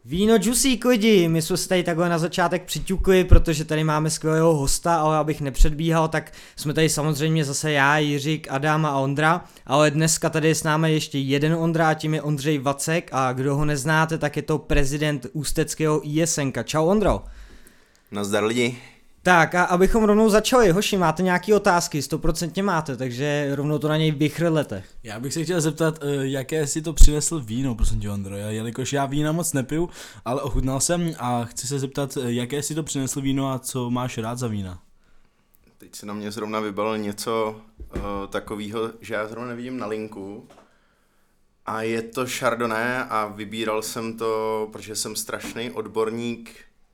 Víno Juicy lidi, my jsme se tady takhle na začátek přiťukli, protože tady máme skvělého hosta, ale abych nepředbíhal, tak jsme tady samozřejmě zase já, Jiřík, Adam a Ondra, ale dneska tady je s námi ještě jeden Ondra a tím je Ondřej Vacek a kdo ho neznáte, tak je to prezident ústeckého ISNka. Čau Ondro. Nazdar lidi. Tak a abychom rovnou začali, hoši, máte nějaké otázky, 100% máte, takže rovnou to na něj vychrlete. Já bych se chtěl zeptat, jaké si to přinesl víno, prosím tě Ondro, jelikož já vína moc nepiju, ale ochutnal jsem a chci se zeptat, jaké si to přinesl víno a co máš rád za vína? Teď se na mě zrovna vybalil něco takového, že já zrovna nevidím na linku. A je to Chardonnay a vybíral jsem to, protože jsem strašný odborník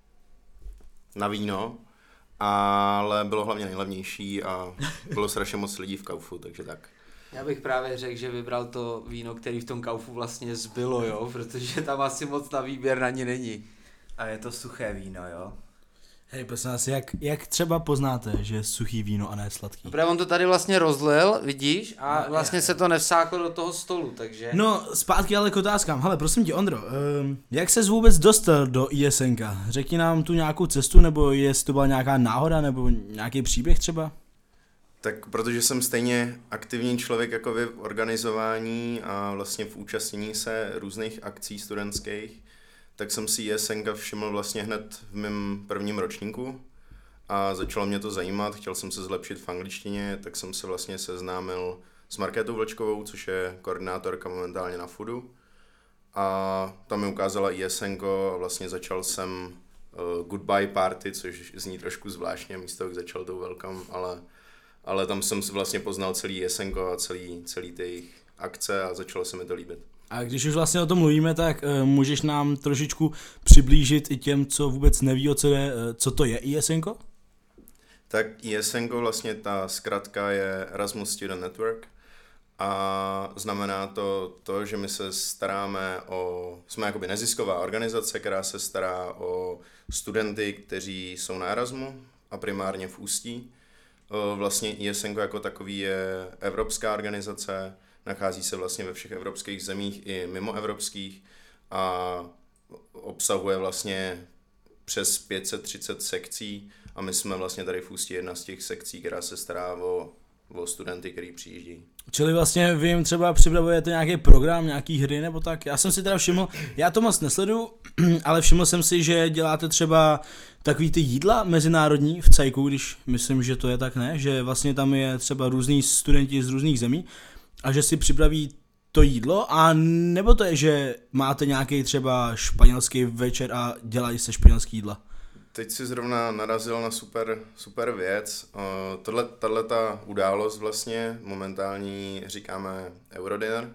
na víno, ale bylo hlavně nejlevnější a bylo strašně moc lidí v Kaufu, takže tak. Já bych právě řekl, že vybral to víno, který v tom Kaufu vlastně zbylo, jo, protože tam asi moc na výběr na ní není. A je to suché víno, jo? Hej, prosím vás, jak třeba poznáte, že je suchý víno a ne sladký? Protože on to tady vlastně rozlil, vidíš, a No, vlastně se to nevsáklo do toho stolu, takže... No, zpátky ale k otázkám. Hele, prosím tě Ondro, jak ses vůbec dostal do ISNka? Řekni nám tu nějakou cestu, nebo jestli to byla nějaká náhoda, nebo nějaký příběh třeba? Tak protože jsem stejně aktivní člověk jako vy v organizování a vlastně v účastnění se různých akcí studentských, tak jsem si ISNka všiml vlastně hned v mém prvním ročníku a začalo mě to zajímat, chtěl jsem se zlepšit v angličtině, tak jsem se vlastně seznámil s Markétou Vlčkovou, což je koordinátorka momentálně na FUDu a tam mi ukázala ISNko a vlastně začal jsem goodbye party, což zní trošku zvláštně, místo jak začal tou welcome, ale tam jsem vlastně poznal celý ISNko a celý ty jejich akce a začalo se mi to líbit. A když už vlastně o tom mluvíme, tak můžeš nám trošičku přiblížit i těm, co vůbec neví, co to je ISNko? Tak ISNko vlastně ta zkratka je Erasmus Student Network a znamená to, že my se staráme jsme jakoby nezisková organizace, která se stará o studenty, kteří jsou na Erasmu a primárně v Ústí. Vlastně ISNko jako takový je evropská organizace, nachází se vlastně ve všech evropských zemích i mimo evropských a obsahuje vlastně přes 530 sekcí a my jsme vlastně tady v Ústí jedna z těch sekcí, která se stará o studenty, který přijíždějí. Čili vlastně vy jim třeba připravujete nějaký program, nějaký hry nebo tak? Já jsem si teda všiml, já to moc nesleduju, ale všiml jsem si, že děláte třeba takový ty jídla mezinárodní v CEIKu, když myslím, že to je tak, ne? Že vlastně tam je třeba různý studenti z různých zemí a že si připraví to jídlo, a nebo to je, že máte nějaký třeba španělský večer a dělají se španělský jídla? Teď si zrovna narazil na super věc. Tato událost vlastně, momentální říkáme Eurodinner,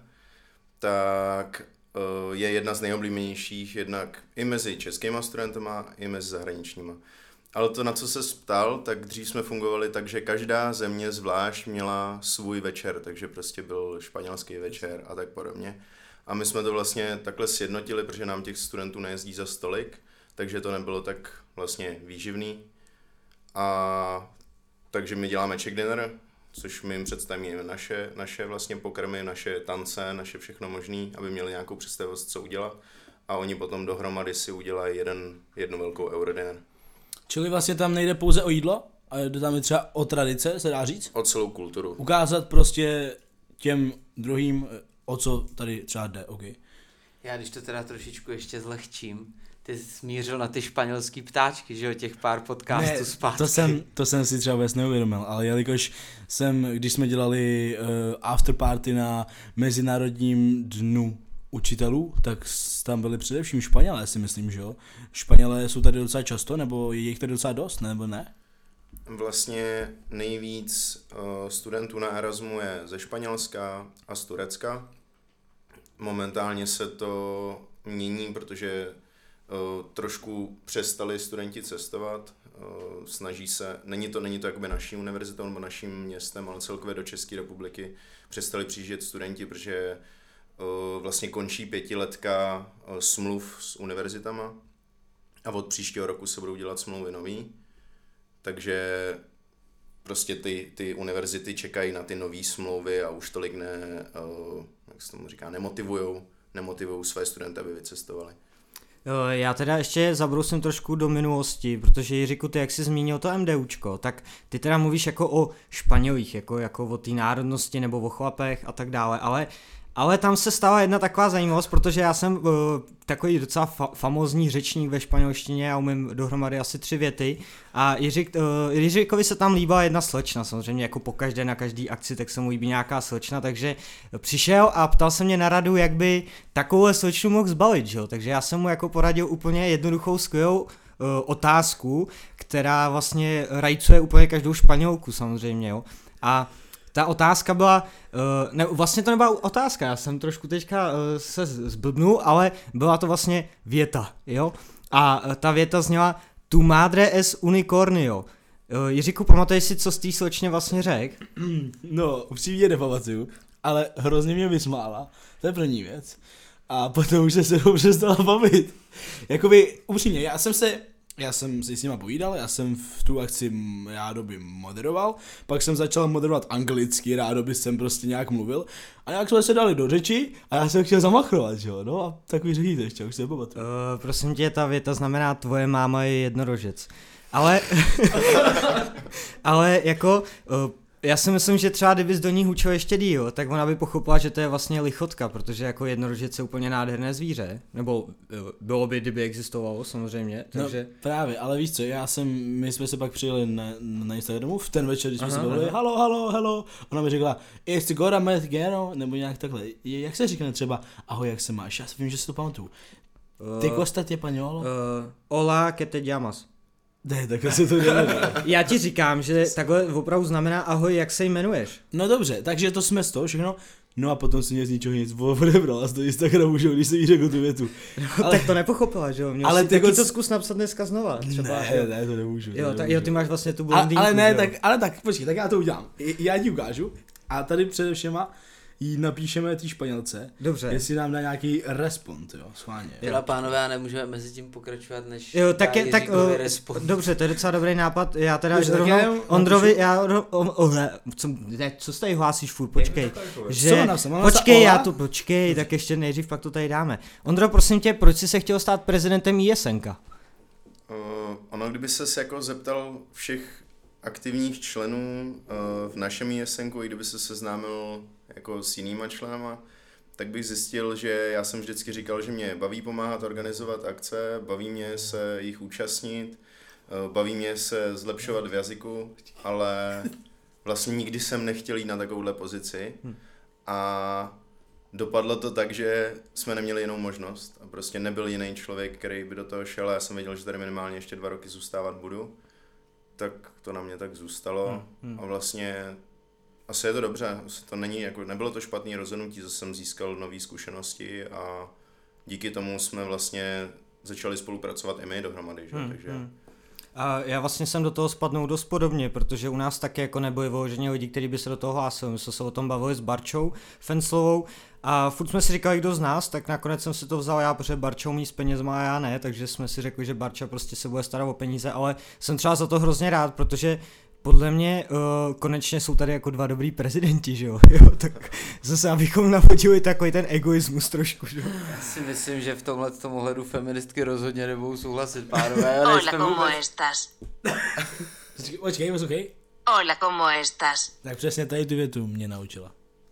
tak je jedna z nejoblíbenějších jednak i mezi českýma studentama, i mezi zahraničníma. Ale to, na co se ptal, tak dřív jsme fungovali tak, že každá země zvlášť měla svůj večer, takže prostě byl španělský večer a tak podobně. A my jsme to vlastně takhle sjednotili, protože nám těch studentů nejezdí za stolik, takže to nebylo tak vlastně výživný. A takže my děláme check dinner, což my jim představíme naše vlastně pokrmy, naše tance, naše všechno možný, aby měli nějakou představivost, co udělat. A oni potom dohromady si udělají jednu velkou Eurodinner. Čili vlastně tam nejde pouze o jídlo, ale jde tam i třeba o tradice, se dá říct? O celou kulturu. Ukázat prostě těm druhým, o co tady třeba jde, ok. Já když to teda trošičku ještě zlehčím, ty jsi smířil na ty španělský ptáčky, že jo, těch pár podcastů zpátky. To jsem si třeba vůbec neuvědomil, ale jelikož když jsme dělali afterparty na Mezinárodním dnu učitelů, tak tam byli především Španělé, si myslím, že jo? Španělé jsou tady docela často, nebo je jich tady docela dost, nebo ne? Vlastně nejvíc studentů na Erasmu je ze Španělska a z Turecka. Momentálně se to mění, protože trošku přestali studenti cestovat, snaží se, není to jakoby naší univerzitou nebo naším městem, ale celkově do České republiky přestali přijíždět studenti, protože vlastně končí 5letka smluv s univerzitama a od příštího roku se budou dělat smlouvy nový, takže prostě ty univerzity čekají na ty nový smlouvy a už tolik jak se tomu říká, nemotivujou své studenty, aby vycestovali. Já teda ještě zabrousím trošku do minulosti, protože Jiříku, ty jak jsi zmínil to MDUčko, tak ty teda mluvíš jako o Španělích, jako o té národnosti nebo o chlapech a tak dále, ale tam se stala jedna taková zajímavost, protože já jsem takový docela famózní řečník ve španělštině, já umím dohromady asi 3 věty a Jiříkovi se tam líbila jedna slečna, samozřejmě jako pokaždé na každý akci, tak se mu líbí nějaká slečna, takže přišel a ptal se mě na radu, jak by takovou slečnu mohl zbalit, že jo? Takže já jsem mu jako poradil úplně jednoduchou, skvělou otázku, která vlastně rajcuje úplně každou Španělku samozřejmě, jo? A ta otázka byla, vlastně to nebyla otázka, já jsem trošku teďka se zblbnul, ale byla to vlastně věta, jo? A ta věta zněla tu madre es unicornio. Jiříku, pamatuješ si, co z té slečně vlastně řekl? No, upřímně nepamatuju, ale hrozně mě vysmála, to je první věc. A potom už se mnou přestala bavit. Jakoby, upřímně, já jsem si s nima povídal, já jsem v tu akci rádoby moderoval, pak jsem začal moderovat anglicky, rádoby jsem prostě nějak mluvil a nějak jsme se dali do řeči a já jsem chtěl zamachrovat, jo, no a tak vy řekněte ještě, už se nepamatuju. Prosím tě, ta věta znamená tvoje máma je jednorožec. Ale jako... Já si myslím, že třeba kdybys do ní hučil ještě díl, tak ona by pochopila, že to je vlastně lichotka, protože jako jednorožec je úplně nádherné zvíře, nebo bylo by, kdyby existovalo samozřejmě, takže... No právě, ale víš co, my jsme se pak přijeli na Instagramu v ten večer, když jsme se bavili, halo, ona mi řekla, jestli gora mexicano, nebo nějak takhle, jak se říká třeba, ahoj, jak se máš, já vím, že si to pamatuju, ty costa tě paňolo? Hola, que te llamas? Ne, takhle se to dělá. Já ti říkám, že takhle opravdu znamená ahoj, jak se jmenuješ. No dobře, takže to jsme z toho všechno. No a potom si mě z ničeho nic odebral a z toho Instagramu, že když jsem jí řekl tu větu. Ale tak to nepochopila, že jo? Ale si taky to zkus napsat dneska znova. Třeba, ne, to nemůžu. Jo, ty máš vlastně tu blondýnku. Ale tak, počkej, tak já to udělám. Já ti ukážu a tady především jí napíšeme té Španělce, dobře, jestli nám dá nějaký respond, jo, schválně. Byla pánové a nemůžeme mezi tím pokračovat, než jo, tak respond. Dobře, to je docela dobrý nápad, já teda rovnou Ondrovi, co se tady hlásíš furt, počkej, počkej, tak ještě nejdřív pak to tady dáme. Ondro, prosím tě, proč jsi se chtěl stát prezidentem ISNka? Ono, kdyby ses jako zeptal všech aktivních členů v našem ISNku, i kdyby se seznámil jako s jinýma členama, tak bych zjistil, že já jsem vždycky říkal, že mě baví pomáhat organizovat akce, baví mě se jich účastnit, baví mě se zlepšovat v jazyku, ale vlastně nikdy jsem nechtěl jít na takovouhle pozici a dopadlo to tak, že jsme neměli jinou možnost a prostě nebyl jiný člověk, který by do toho šel a já jsem věděl, že tady minimálně ještě 2 roky zůstávat budu, tak to na mě tak zůstalo a vlastně asi je to dobře, to není, jako, nebylo to špatný rozhodnutí, zase jsem získal nové zkušenosti a díky tomu jsme vlastně začali spolupracovat i my dohromady, že? Takže... A já vlastně jsem do toho spadnul dost podobně, protože u nás taky jako nebyli vyloženě lidi, kteří by se do toho hlásili. My jsme se o tom bavili s Barčou Fenslovou a furt jsme si říkali, kdo z nás, tak nakonec jsem si to vzal já, protože Barča umí s penězma a já ne, takže jsme si řekli, že Barča prostě se bude starat o peníze, ale jsem třeba za to hrozně rád, protože podle mě konečně jsou tady jako 2 dobrý prezidenti, že jo, tak zase abychom navodili takový ten egoismus trošku, že jo. Já si myslím, že v tomhle ohledu feministky rozhodně nebudou souhlasit, pánové. Hola, ¿cómo estás? Počkej, poslouchej. Hola, ¿cómo estás? Tak přesně tady tu větu mě naučila.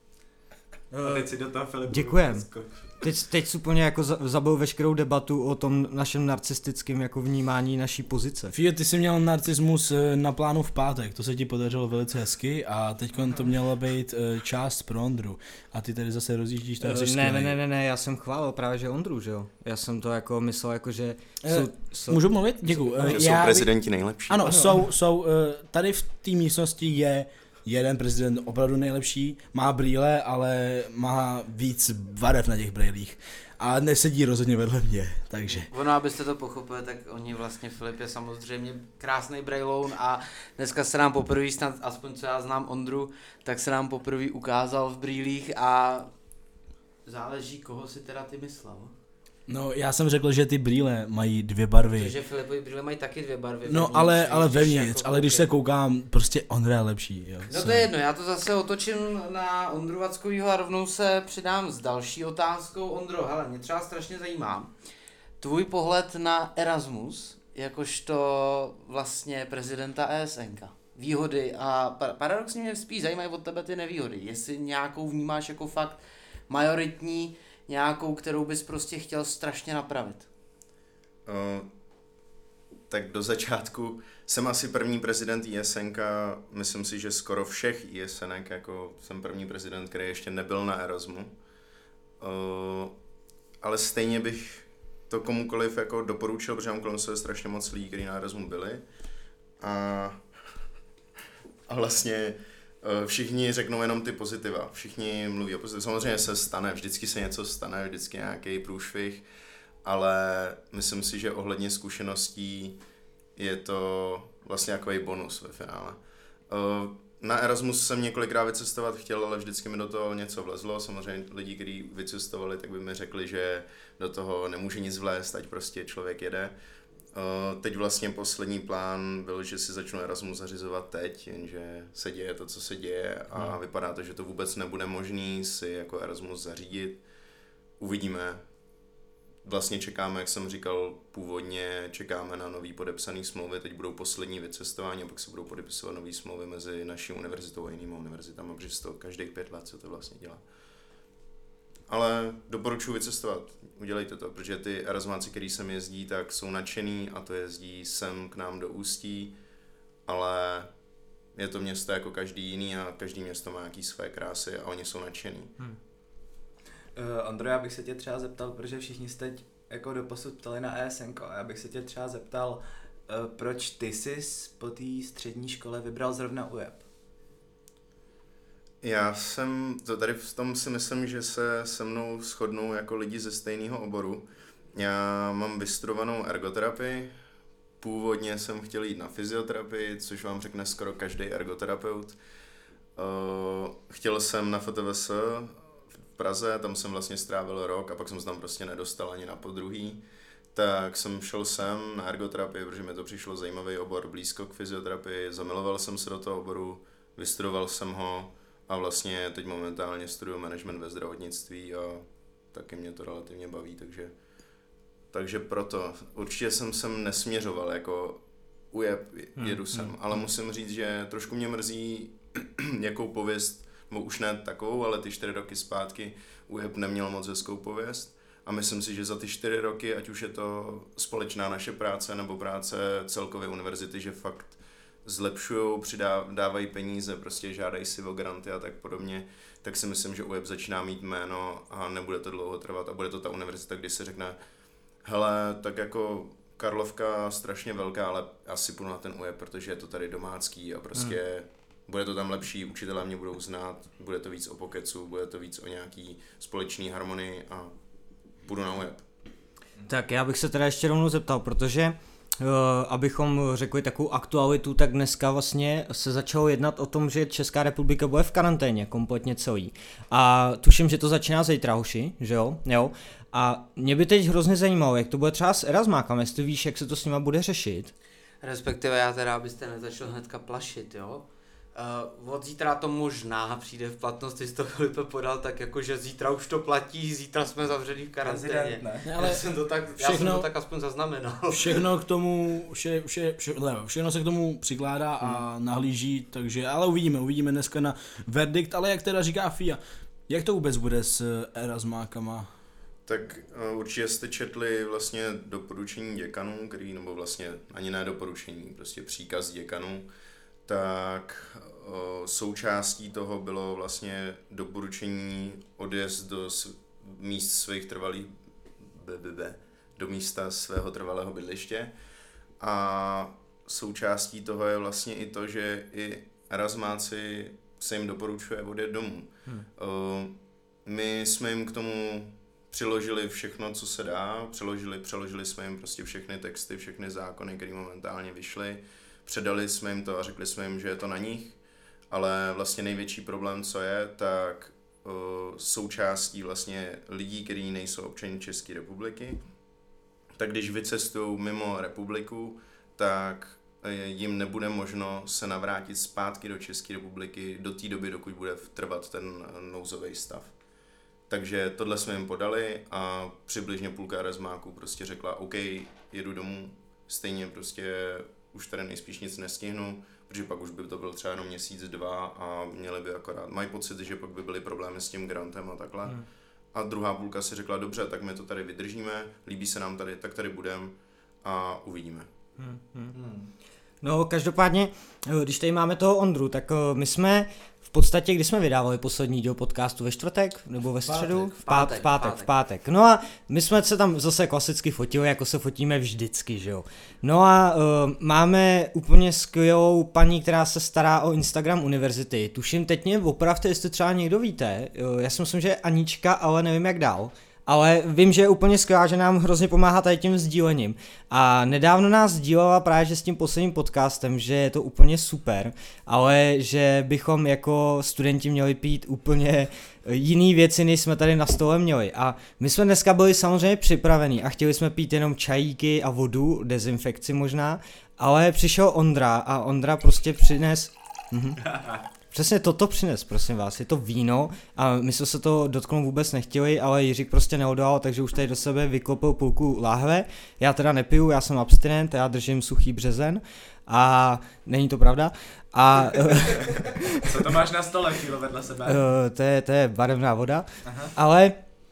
Teď si do toho Filipu. Děkujem. Teď si úplně jako zabil veškerou debatu o tom našem narcistickém jako vnímání naší pozice. Fío, ty jsi měl narcismus na plánu v pátek, to se ti podařilo velice hezky a teď to měla být část pro Ondru a ty tady zase rozjíždíš tam Ne, já jsem chválil právě, že Ondru, že jo. Já jsem to jako myslel jako, že jsou... Můžu mluvit? Děkuju. Že jsou prezidenti nejlepší. Ano, jsou tady v té místnosti je jeden prezident opravdu nejlepší, má brýle, ale má víc barev na těch brýlích a nesedí rozhodně vedle mě, takže. Ono, abyste to pochopili, tak oni vlastně, Filip je samozřejmě krásný brejloun a dneska se nám poprvé, snad aspoň co já znám Ondru, tak se nám poprvé ukázal v brýlích a záleží, koho si teda ty myslel. No, já jsem řekl, že ty brýle mají 2 barvy. Protože Filipovi brýle mají taky 2 barvy. No, ale vevnitř, jako ale když se koukám, prostě Ondra je lepší. Jo. No to je jedno, já to zase otočím na Ondru Vackovýho a rovnou se přidám s další otázkou. Ondro, hele, mě třeba strašně zajímá. Tvůj pohled na Erasmus, jakožto vlastně prezidenta ESNK. Výhody a paradoxně mě spíš zajímají od tebe ty nevýhody. Jestli nějakou vnímáš jako fakt majoritní, nějakou, kterou bys prostě chtěl strašně napravit. Tak do začátku jsem asi první prezident ISNK, myslím si, že skoro všech ISNek, jako jsem první prezident, který ještě nebyl na Erasmu. Ale stejně bych to komukoliv jako doporučil, protože mám kolem sebe strašně moc lidí, kteří na Erasmu byli. A vlastně všichni řeknou jenom ty pozitiva. Všichni mluví o pozitivě. Samozřejmě se stane, vždycky se něco stane, vždycky nějaký průšvih, ale myslím si, že ohledně zkušeností je to vlastně takový bonus ve finále. Na Erasmus jsem několikrát vycestovat chtěl, ale vždycky mi do toho něco vlezlo. Samozřejmě lidi, kteří vycestovali, tak by mi řekli, že do toho nemůže nic vlézt, ať prostě člověk jede. Teď vlastně poslední plán byl, že si začnu Erasmus zařizovat teď, jenže se děje to, co se děje a vypadá to, že to vůbec nebude možný si jako Erasmus zařídit. Uvidíme. Vlastně čekáme, jak jsem říkal původně, čekáme na nový podepsaný smlouvy, teď budou poslední vycestování a pak se budou podepisovat nový smlouvy mezi naší univerzitou a jinými univerzitami, protože to každých 5 let se to vlastně dělá. Ale doporučuji vycestovat, udělejte to, protože ty Erasmáci, který sem jezdí, tak jsou nadšený a to jezdí sem k nám do Ústí, ale je to město jako každý jiný a každý město má nějaký své krásy a oni jsou nadšený. Ondro, já bych se tě třeba zeptal, protože všichni jste jako doposud ptali na ESNK, a já bych se tě třeba zeptal, proč ty jsi po té střední škole vybral zrovna UJEP? Já jsem, to tady v tom si myslím, že se mnou shodnou jako lidi ze stejného oboru. Já mám vystudovanou ergoterapii, původně jsem chtěl jít na fyzioterapii, což vám řekne skoro každý ergoterapeut. Chtěl jsem na FTVS v Praze, tam jsem vlastně strávil rok a pak jsem se tam prostě nedostal ani na podruhý. Tak jsem šel sem na ergoterapii, protože mi to přišlo zajímavý obor blízko k fyzioterapii, zamiloval jsem se do toho oboru, vystudoval jsem ho a vlastně teď momentálně studuju management ve zdravotnictví a taky mě to relativně baví, takže proto. Určitě jsem sem nesměřoval, jako UJEP jedu sem, ale musím říct, že trošku mě mrzí, jakou pověst, nebo už ne takovou, ale ty 4 roky zpátky UJEP neměl moc hezkou pověst. A myslím si, že za ty 4 roky, ať už je to společná naše práce nebo práce celkové univerzity, že fakt zlepšujou, dávají peníze, prostě žádají si o granty a tak podobně, tak si myslím, že UJEP začíná mít jméno a nebude to dlouho trvat a bude to ta univerzita, kdy se řekne, hele, tak jako Karlovka strašně velká, ale asi půjdu na ten UJEP, protože je to tady domácký a prostě bude to tam lepší, učitelé mě budou znát, bude to víc o pokecu, bude to víc o nějaký společný harmonii a půjdu na UJEP. Tak já bych se teda ještě rovnou zeptal, protože abychom řekli takovou aktualitu, tak dneska vlastně se začalo jednat o tom, že Česká republika bude v karanténě kompletně celý. A tuším, že to začíná zítra, hoši, že jo? Jo. A mě by teď hrozně zajímalo, jak to bude třeba s Erasmákama, jestli víš, jak se to s nima bude řešit. Respektive já teda, abyste nezačal hnedka plašit, jo? Od zítra to možná přijde v platnost, ty jsi to Filipe podal, tak jako, že zítra už to platí, zítra jsme zavřený v karanténě. Ale já jsem to tak aspoň zaznamenal. Všechno k tomu, všechno se k tomu přikládá a nahlíží, takže, ale uvidíme dneska na verdikt, ale jak teda říká FIA, jak to vůbec bude s Erasmákama? Tak určitě jste četli vlastně doporučení děkanů, nebo vlastně ani ne doporučení, prostě příkaz děkanů, tak součástí toho bylo vlastně doporučení odjezd do míst svých trvalých do místa svého trvalého bydliště a součástí toho je vlastně i to, že i Erasmáci se jim doporučuje odjet domů. My jsme jim k tomu přiložili všechno, co se dá, přeložili jsme jim prostě všechny texty, všechny zákony, které momentálně vyšly, předali jsme jim to a řekli jsme jim, že je to na nich, ale vlastně největší problém, co je, tak součástí vlastně lidí, kteří nejsou občani České republiky, tak když vycestují mimo republiku, tak jim nebude možno se navrátit zpátky do České republiky do té doby, dokud bude trvat ten nouzový stav. Takže tohle jsme jim podali a přibližně půlka rezmáků prostě řekla OK, jedu domů, stejně prostě už tady nejspíš nic nestihnu, protože pak už by to byl třeba jenom měsíc, 2 a měli by akorát, mají pocit, že pak by byly problémy s tím grantem a takhle. A druhá půlka si řekla, dobře, tak my to tady vydržíme, líbí se nám tady, tak tady budeme a uvidíme. No každopádně, když tady máme toho Ondru, tak my jsme v podstatě, kdy jsme vydávali poslední díl podcastu, ve čtvrtek nebo ve středu? V pátek. No a my jsme se tam zase klasicky fotili, jako se fotíme vždycky, že jo. No a máme úplně skvělou paní, která se stará o Instagram univerzity. Tuším, teď mě opravdu, jestli třeba někdo víte, já si myslím, že je Anička, ale nevím jak dál. Ale vím, že je úplně skvělá, že nám hrozně pomáhá tady tím sdílením. A nedávno nás sdílela právě že s tím posledním podcastem, že je to úplně super, ale že bychom jako studenti měli pít úplně jiný věci, než jsme tady na stole měli. A my jsme dneska byli samozřejmě připravení a chtěli jsme pít jenom čajíky a vodu, dezinfekci možná, ale přišel Ondra a Ondra prostě přines... Přesně toto přines, prosím vás, je to víno a my jsme se to dotknout vůbec nechtěli, ale Jiřík prostě neodolal, takže už tady do sebe vyklopil půlku láhve. Já teda nepiju, já jsem abstinent, já držím suchý březen a není to pravda. A Co to máš na stole, chvíli vedle sebe? To je barevná voda, ale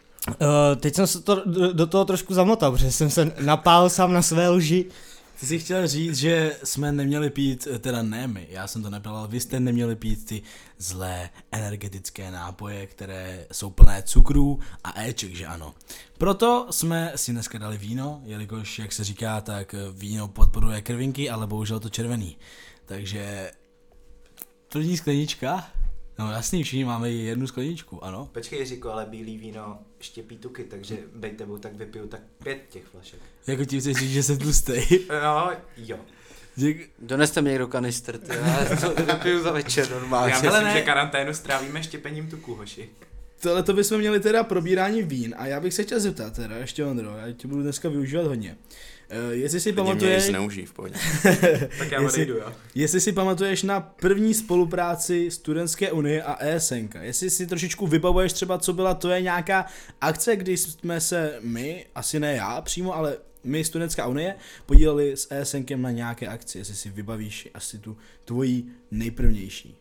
teď jsem se do toho trošku zamotal, protože jsem se napál sám na své lži. Ty jsi chtěl říct, že jsme neměli pít, teda ne my, já jsem to nepil, ale vy jste neměli pít ty zlé energetické nápoje, které jsou plné cukrů a éček, že ano. Proto jsme si dneska dali víno, jelikož, jak se říká, tak víno podporuje krvinky, ale bohužel to červený. Takže první sklenička, no jasný, všichni máme jednu skleničku, ano. Počkej Jiříku, ale bílý víno štěpí tuky, takže bej tebou, tak vypiju tak 5 těch flašek. Jako ti chceš říct, že jsem tlustej. No, jo. Doneste mi někdo kanistr, já to vypiju za večer normálně. Já myslím, že karanténu strávíme štěpením tuku, hoši. Tohle to bychom měli teda probírání vín a já bych se chtěl zeptat teda, ještě Ondro, já tě budu dneska využívat hodně. Jestli si pamatuješ... Zneužij v pohodě. Tak já odejdu, jo. Jestli si pamatuješ na první spolupráci Studentské unie a ESNK, jestli si trošičku vybavuješ třeba, co byla tvoje nějaká akce, kdy jsme se my, asi ne já přímo, ale my Studentská unie podíleli s ESNkem na nějaké akci, jestli si vybavíš asi tu tvojí nejprvnější.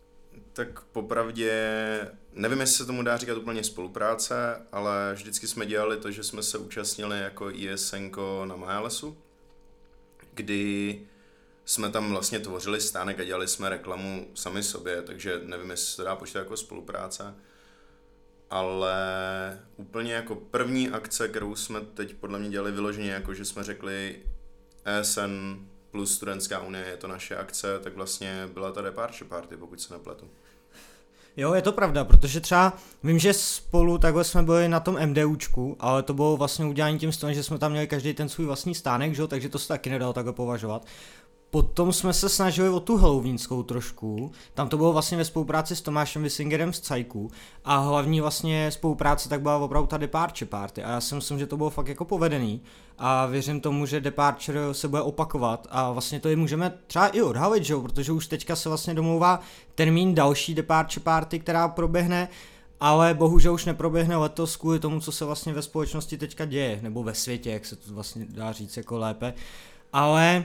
Tak popravdě, nevím, jestli se tomu dá říkat úplně spolupráce, ale vždycky jsme dělali to, že jsme se účastnili jako ISNko na Majalesu, kdy jsme tam vlastně tvořili stánek a dělali jsme reklamu sami sobě, takže nevím, jestli se to dá počítat jako spolupráce. Ale úplně jako první akce, kterou jsme teď podle mě dělali vyloženě, jako že jsme řekli ESN plus Studentská unie je to naše akce, tak vlastně byla ta departure party, pokud se nepletu. Jo, je to pravda, protože třeba vím, že spolu takhle jsme byli na tom MDUčku, ale to bylo vlastně udělání tím stylem, že jsme tam měli každý ten svůj vlastní stánek, že? Takže to se taky nedalo takhle považovat. Potom jsme se snažili o tu halloweenskou trošku, tam to bylo vlastně ve spolupráci s Tomášem Wisingerem z Cajku a hlavní vlastně spolupráce tak byla opravdu ta departure party a já si myslím, že to bylo fakt jako povedený a věřím tomu, že departure se bude opakovat a vlastně to i můžeme třeba i odhalit, že jo, protože už teďka se vlastně domlouvá termín další departure party, která proběhne, ale bohužel už neproběhne letos kvůli tomu, co se vlastně ve společnosti teďka děje, nebo ve světě, jak se to vlastně dá říct jako lépe, ale...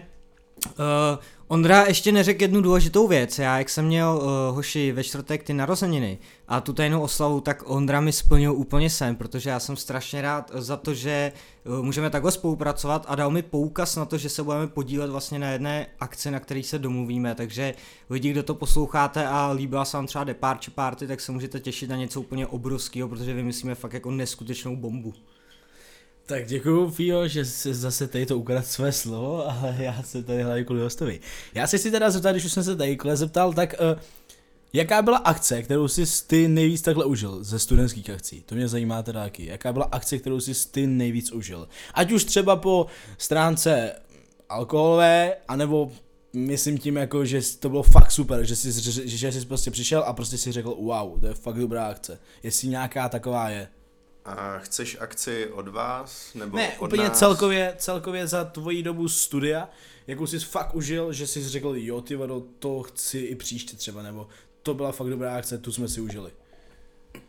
Ondra ještě neřekl jednu důležitou věc, já jak jsem měl hoši ve čtvrtek ty narozeniny a tu tajnou oslavu, tak Ondra mi splnil úplně sen, protože já jsem strašně rád za to, že můžeme takhle spolupracovat a dal mi poukaz na to, že se budeme podílet vlastně na jedné akci, na který se domluvíme, takže lidi, kdo to posloucháte a líbila se vám třeba departure party, tak se můžete těšit na něco úplně obrovského, protože vymyslíme fakt jako neskutečnou bombu. Tak děkuju, Fio, že jsi zase tady to ukradl své slovo, ale já se tady hlavně kvůli hostovi. Já se si teda zeptal, když už jsem se tady zeptal, tak jaká byla akce, kterou jsi ty nejvíc takhle užil ze studentských akcí? To mě zajímá teda taky. Jaká byla akce, kterou jsi ty nejvíc užil? Ať už třeba po stránce alkoholové, anebo myslím tím jako, že to bylo fakt super, že jsi prostě přišel a prostě si řekl wow, to je fakt dobrá akce. Jestli nějaká taková je. A chceš akci od vás? Nebo ne, od úplně nás? celkově za tvoji dobu studia, jakou jsi fakt užil, že jsi řekl, jo ty vado, to chci i příště třeba, nebo to byla fakt dobrá akce, tu jsme si užili.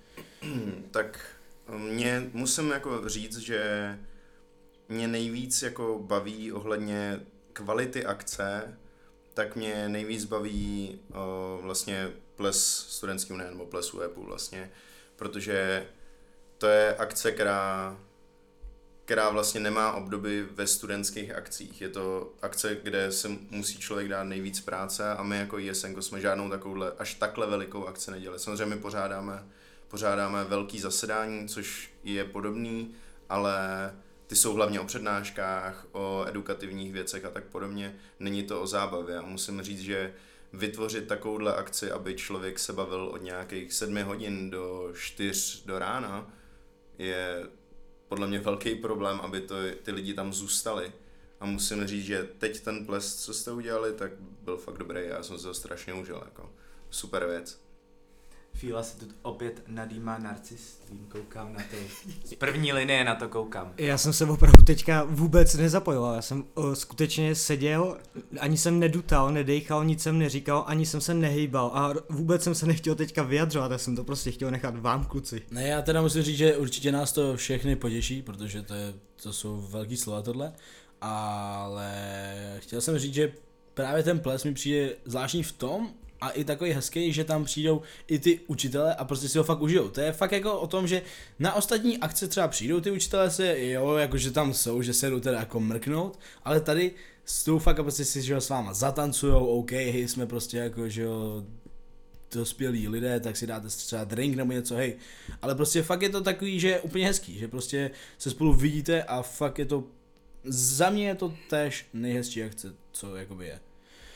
Tak mě musím jako říct, že mě nejvíc jako baví ohledně kvality akce, tak mě nejvíc baví vlastně ples Studentský unie nebo ples UEPu vlastně, protože to je akce, která vlastně nemá obdoby ve studentských akcích. Je to akce, kde se musí člověk dát nejvíc práce a my jako ISNko jsme žádnou takovouhle, až takhle velikou akci nedělali. Samozřejmě my pořádáme velký zasedání, což je podobný, ale ty jsou hlavně o přednáškách, o edukativních věcech a tak podobně. Není to o zábavě a musím říct, že vytvořit takovouhle akci, aby člověk se bavil od nějakých 7 hodin do 4 do rána, je podle mě velký problém, aby ty lidi tam zůstali. A musím říct, že teď ten ples, co jste udělali, tak byl fakt dobrý. Já jsem se ho strašně užil. Jako. Super věc. Fíla se tu opět nadýmá narcistvím, koukám na to. Z první linie na to koukám. Já jsem se opravdu teďka vůbec nezapojoval, já jsem skutečně seděl, ani jsem nedutal, nedejchal, nic jsem neříkal, ani jsem se nehejbal a vůbec jsem se nechtěl teďka vyjadřovat, já jsem to prostě chtěl nechat vám, kluci. Ne, já teda musím říct, že určitě nás to všechny potěší, protože to jsou velký slova tohle, ale chtěl jsem říct, že právě ten ples mi přijde zvláštní v tom, a i takový hezký, že tam přijdou i ty učitele a prostě si ho fakt užijou. To je fakt jako o tom, že na ostatní akce třeba přijdou ty učitele se, jo, jakože tam jsou, že se jdou teda jako mrknout, ale tady jsou fakt a prostě si, že ho s váma zatancujou, OK, hej, jsme prostě jako, že jo, dospělí lidé, tak si dáte třeba drink nebo něco, hej. Ale prostě fakt je to takový, že je úplně hezký, že prostě se spolu vidíte a fakt je to, za mě je to též nejhezčí akce, co jakoby je.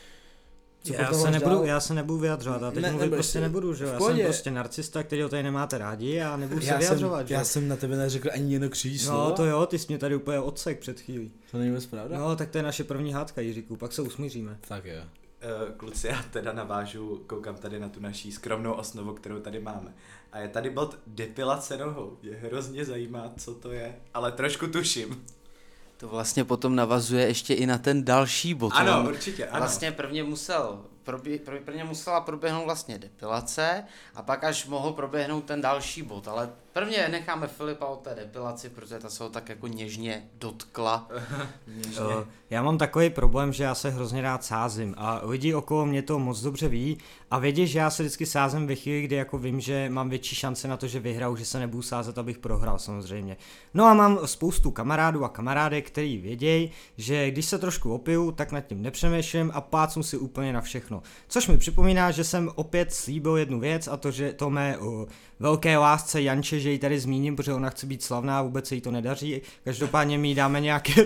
Já se nebudu vyjadřovat, já teď mluvit prostě nebudu, že jo, já jsem prostě narcista, kterýho tady nemáte rádi a nebudu se vyjadřovat, že jo. Já jsem na tebe neřekl ani jedno křiží slovo. No to jo, ty jsi mě tady úplně odsek před chvílí. To není vůbec pravda? No tak to je naše první hádka, Jiříku, pak se usmíříme. Tak jo. Kluci, já teda navážu, koukám tady na tu naší skromnou osnovu, kterou tady máme. A je tady bod depilace nohou. Mě hrozně zajímá, co to je, ale trošku tuším. To vlastně potom navazuje ještě i na ten další bod. Ano, určitě, ano. Vlastně prvně musela proběhnout vlastně depilace a pak až mohl proběhnout ten další bod, ale prvně necháme Filipa o té depilaci, protože ta se ho tak jako něžně dotkla. Já mám takový problém, že já se hrozně rád sázím a lidi okolo mě to moc dobře ví a vědí, že já se vždycky sázím ve chvíli, kdy jako vím, že mám větší šance na to, že vyhraju, že se nebudu sázet, abych prohrál samozřejmě. No a mám spoustu kamarádů a kamarádek, který vědějí, že když se trošku opiju, tak nad tím nepřemýšlím a plácnu si úplně na všechno. Což mi připomíná, že jsem opět slíbil jednu věc a to, že to mé velké lásce Janče, že ji tady zmíním, protože ona chce být slavná a vůbec se jí to nedaří. Každopádně mi dáme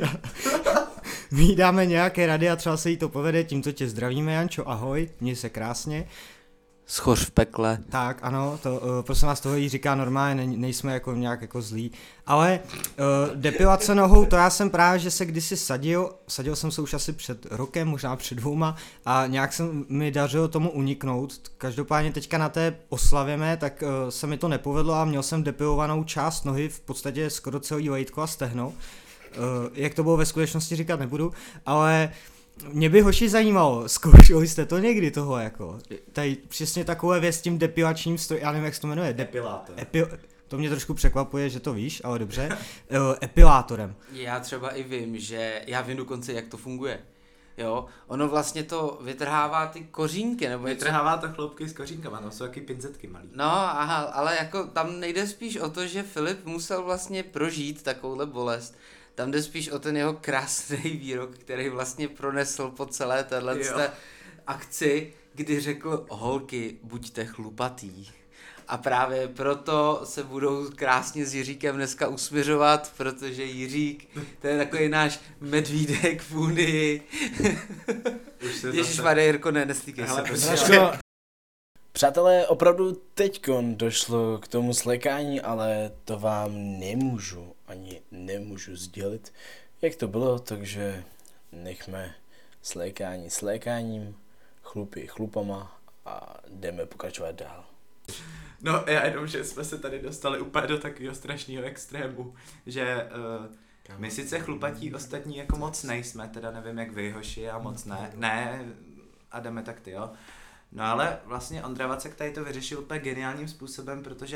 nějaké rady a třeba se jí to povede, tímto tě zdravíme, Jančo, ahoj, měj se krásně. Schoř v pekle. Tak, ano, to prosím vás, toho jí říká normálně, nejsme jako nějak jako zlí. Ale depilace nohou, to já jsem právě, že se kdysi sadil jsem se už asi před rokem, možná před 2 a nějak jsem mi dařilo tomu uniknout. Každopádně teďka na té oslavě mé, tak se mi to nepovedlo a měl jsem depilovanou část nohy, v podstatě skoro celý lejtko a stehno. Jak to bylo ve skutečnosti říkat nebudu, ale mě by hoši zajímalo, zkoušeli jste to někdy toho jako, tady přesně takové věc s tím depilačním já nevím jak se to jmenuje. Depilátor. To mě trošku překvapuje, že to víš, ale dobře. Epilátorem. Já třeba i vím, že já vím dokonce jak to funguje. Jo, ono vlastně to vytrhává ty kořínky, nebo vytrhává to chloupky s kořínkama, no jsou taky pinzetky malý. No, aha, ale jako tam nejde spíš o to, že Filip musel vlastně prožít takovouhle bolest. Tam jde spíš o ten jeho krásný výrok, který vlastně pronesl po celé téhle akci, kdy řekl: holky, buďte chlupatý. A právě proto se budou krásně s Jiříkem dneska usměřovat, protože Jiřík, to je takový náš medvídek v Unii. Ježišmarja, Jirko, nestýkej se. Přátelé, opravdu teďkon došlo k tomu slékání, ale to vám nemůžu sdělit, jak to bylo, takže nechme slékání slékáním, chlupy chlupama a jdeme pokračovat dál. No já jenom, že jsme se tady dostali úplně do takového strašného extrému, že my sice chlupatí ostatní jako moc nejsme, teda nevím jak vy, hoši, já moc ne, Adame, tak ty jo. No ale vlastně Ondra Vacek tady to vyřešil úplně geniálním způsobem, protože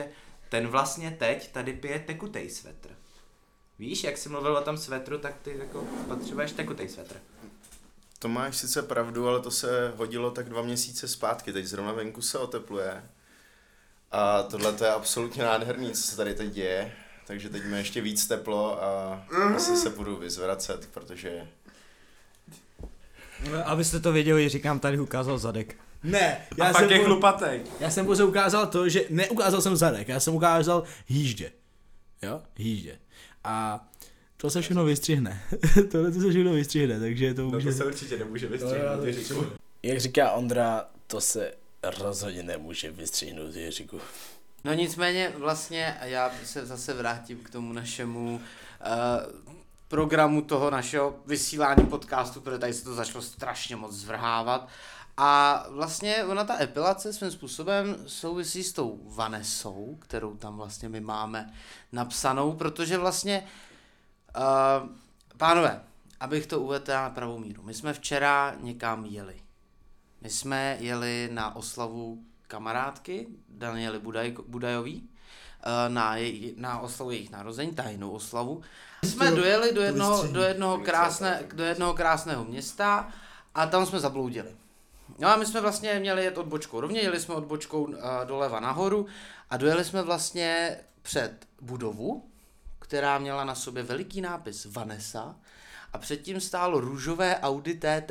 ten vlastně teď tady pije tekutej svetr. Víš, jak jsi mluvil o tom svetru, tak ty jako potřebuješ tekutej svetr. To máš sice pravdu, ale to se hodilo tak 2 měsíce zpátky, teď zrovna venku se otepluje. A tohle to je absolutně nádherný, co se tady teď děje. Takže teď mi ještě víc teplo a asi se budu vyzvracet, protože... Abyste to věděli, říkám, tady ukázal zadek. Ne, A fakt je chlupatej. Já jsem pouze ukázal to, že neukázal jsem zadek, já jsem ukázal hýždě. Jo, hýždě. A to se všechno vystřihne. Tohle to se všechno vystřihne, takže to No může... to se určitě nemůže vystřihnout, Jiříku. Jak říká Ondra, to se rozhodně nemůže vystřihnout, Jiříku. No nicméně vlastně já se zase vrátím k tomu našemu programu toho našeho vysílání podcastu, protože tady se to začalo strašně moc zvrhávat. A vlastně ona ta epilace svým způsobem souvisí s tou Vanessou, kterou tam vlastně my máme napsanou, protože vlastně, pánové, abych to uvedl na pravou míru, my jsme včera někam jeli. My jsme jeli na oslavu kamarádky Daniely Budajový, na oslavu jejich narození, tajnou oslavu. My jsme dojeli do jednoho krásného města a tam jsme zabloudili. No a my jsme vlastně měli jet odbočkou rovně, jeli jsme odbočkou doleva nahoru a dojeli jsme vlastně před budovu, která měla na sobě veliký nápis Vanessa a předtím stálo růžové Audi TT.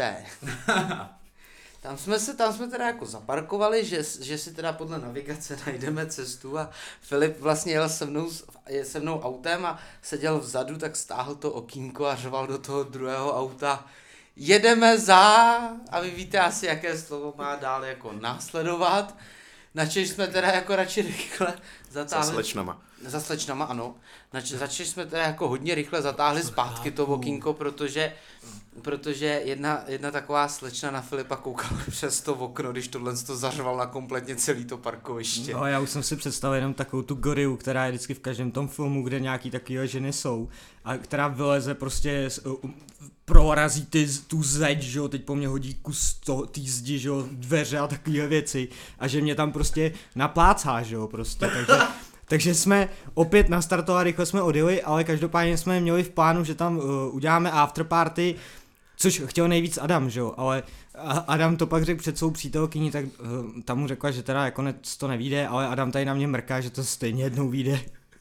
Tam jsme teda jako zaparkovali, že si teda podle navigace najdeme cestu a Filip vlastně jel se mnou autem a seděl vzadu, tak stáhl to okýnko a řval do toho druhého auta: jedeme za, a vy víte asi, jaké slovo má dál jako následovat. Načež jsme teda jako radši rychle zatáhli. Za slečnama, ano. Začali jsme teda jako hodně rychle zatáhli zpátky to okýnko, protože jedna taková slečna na Filipa koukala přes to okno, když tohle to zařval na kompletně celý to parkoviště. No, já už jsem si představil jenom takovou tu gorilu, která je vždycky v každém tom filmu, kde nějaký takové ženy jsou a která vyleze prostě prorazí tu zeď, že jo, teď po mně hodí kus té zdi, že jo, dveře a takové věci a že mě tam prostě naplácá, že jo, prostě, takže jsme opět nastartovali, rychle jsme odjeli, ale každopádně jsme měli v plánu, že tam uděláme afterparty, což chtěl nejvíc Adam, že jo, ale Adam to pak řekl před svou přítelkyní, tak tam mu řekla, že teda jako to nevíde, ale Adam tady na mě mrká, že to stejně jednou vyjde.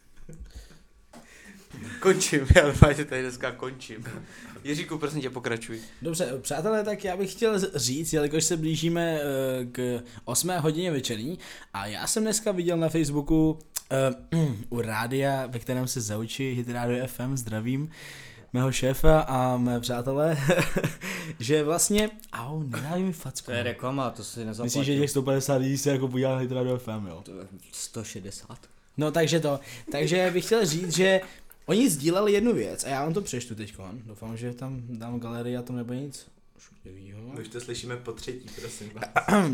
Končím, já tady dneska končím. Jiříku, prosím tě, pokračuj. Dobře, přátelé, tak já bych chtěl říct, jelikož se blížíme k 8 hodině večerní a já jsem dneska viděl na Facebooku u rádia, ve kterém se zaučí Hit Radio FM, zdravím mého šéfa a mé přátelé, že vlastně, nedávej mi facku. To je reklama, to si nezaplatil. Myslíš, že těch 150 lidí se jako podívá na Hit Radio FM, jo? To je 160. No takže bych chtěl říct, že oni sdíleli jednu věc a já vám to přečtu teďkon, doufám, že tam dám galerii a to nebo nic šutivýho. Už to slyšíme po třetí, prosím vás.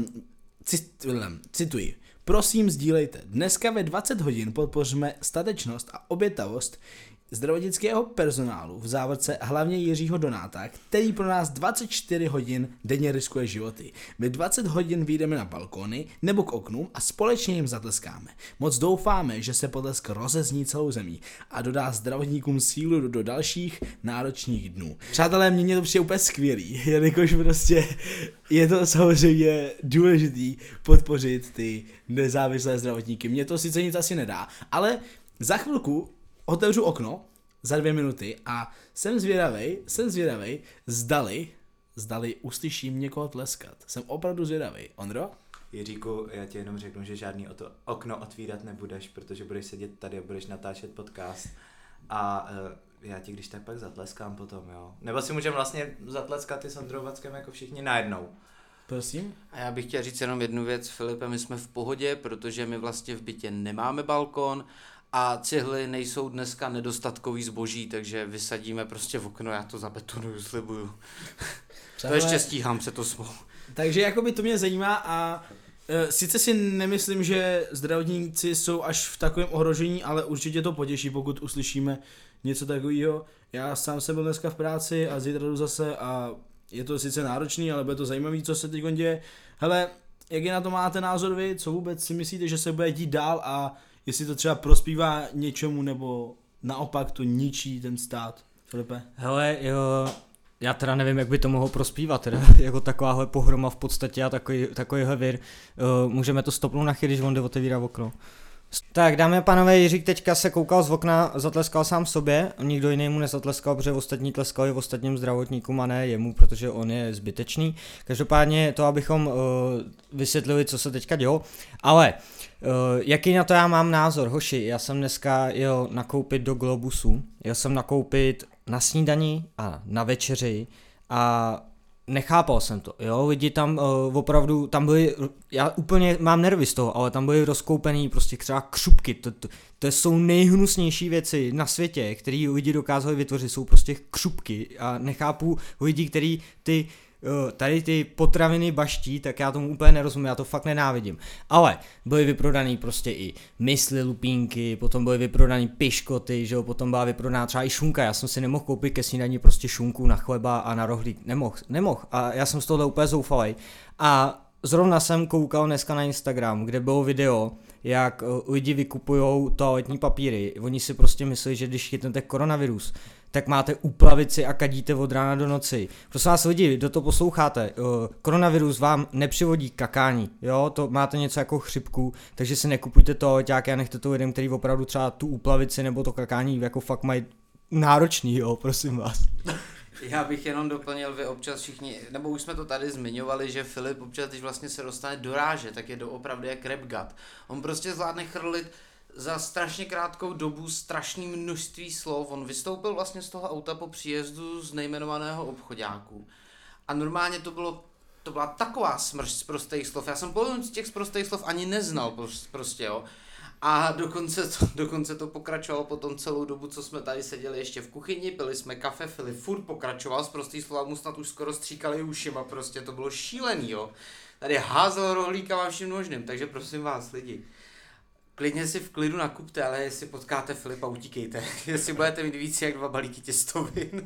Cituji. Prosím, sdílejte. Dneska ve 20 hodin podpoříme statečnost a obětavost zdravotnického personálu, v závorce hlavně Jiřího Donáta, který pro nás 24 hodin denně riskuje životy. Ve 20 hodin vyjdeme na balkony nebo k oknům a společně jim zatleskáme. Moc doufáme, že se potlesk rozezní celou zemí a dodá zdravotníkům sílu do dalších náročných dnů. Přátelé, mně to přijde úplně skvělý, jelikož prostě je to samozřejmě důležitý podpořit ty nezávislé zdravotníky. Mně to sice nic asi nedá, ale za chvilku otevřu okno za 2 minuty a jsem zvědavej, zdali uslyším někoho tleskat. Jsem opravdu zvědavej. Ondro? Jiříku, já ti jenom řeknu, že žádný okno otvírat nebudeš, protože budeš sedět tady a budeš natáčet podcast a já ti když tak pak zatleskám potom, jo. Nebo si můžeme vlastně zatleskat i s Ondrou Vackem jako všichni najednou. Prosím? A já bych chtěl říct jenom jednu věc, Filipe, my jsme v pohodě, protože my vlastně v bytě nemáme balkon a cihly nejsou dneska nedostatkový zboží, takže vysadíme prostě v okno, já to zabetonuju, slibuju. To ještě stíhám se to svou. Takže jakoby to mě zajímá a sice si nemyslím, že zdravotníci jsou až v takovém ohrožení, ale určitě to potěší, pokud uslyšíme něco takového. Já sám jsem byl dneska v práci a zítra jdu zase a je to sice náročný, ale bude to zajímavý, co se teď děje. Hele, jaký na to máte názor vy? Co vůbec si myslíte, že se bude dít dál a jestli to třeba prospívá něčemu, nebo naopak to ničí ten stát. Filipe? Hele, jo, já teda nevím, jak by to mohlo prospívat, teda, jako takováhle pohroma v podstatě a takovýhle vir. Můžeme to stopnout na chvíli, když on jde otevírat okno. Tak, dámy a pánové, Jiřík teďka se koukal z okna, zatleskal sám sobě, nikdo jiný mu nezatleskal, protože ostatní tleskali v ostatním zdravotníkům a ne jemu, protože on je zbytečný. Každopádně to, abychom vysvětlili, co se teďka dělo, ale jaký na to já mám názor, hoši, já jsem dneska jel nakoupit do Globusu, jel jsem nakoupit na snídani a na večeři a nechápal jsem to, jo, lidi tam opravdu, tam byli, já úplně mám nervy z toho, ale tam byly rozkoupený prostě třeba křupky, to jsou nejhnusnější věci na světě, který lidi dokázali vytvořit, jsou prostě křupky a nechápu lidi, kteří tady ty potraviny baští, tak já tomu úplně nerozumím, já to fakt nenávidím. Ale byly vyprodaný prostě i mysli lupínky, potom byly vyprodaný piškoty, že jo, potom byla vyprodaná třeba i šunka, já jsem si nemohl koupit ke snídani prostě šunku na chleba a na rohlík, nemohl a já jsem z tohohle úplně zoufalej. A zrovna jsem koukal dneska na Instagram, kde bylo video, jak lidi vykupujou toaletní papíry, oni si prostě myslí, že když chytnete koronavirus, tak máte úplavici a kadíte od rána do noci. Prosím vás lidi, kdo to posloucháte, koronavirus vám nepřivodí kakání, jo, to máte něco jako chřipku, takže si nekupujte toaleťáky a nechte to lidem, kteří opravdu třeba tu úplavici nebo to kakání jako fakt mají náročný, jo, prosím vás. Já bych jenom doplnil, vy občas všichni, nebo už jsme to tady zmiňovali, že Filip občas, když vlastně se dostane do ráže, tak je doopravdy jak rap god. On prostě zvládne chrlit za strašně krátkou dobu strašné množství slov. On vystoupil vlastně z toho auta po příjezdu z nejmenovaného obchodáku. A normálně to byla taková smršť z prostých slov. Já jsem polovinu z těch z prostých slov ani neznal prostě, jo. A dokonce to pokračovalo potom celou dobu, co jsme tady seděli ještě v kuchyni, pili jsme kafe, Filip furt pokračoval, z prostý slova mu snad už skoro stříkali ušima, prostě to bylo šílený, jo. Tady házel rohlíkama vším možným, takže prosím vás lidi, klidně si v klidu nakupte, ale jestli potkáte Filipa, utíkejte, jestli budete mít víc jak 2 balíky těstovin.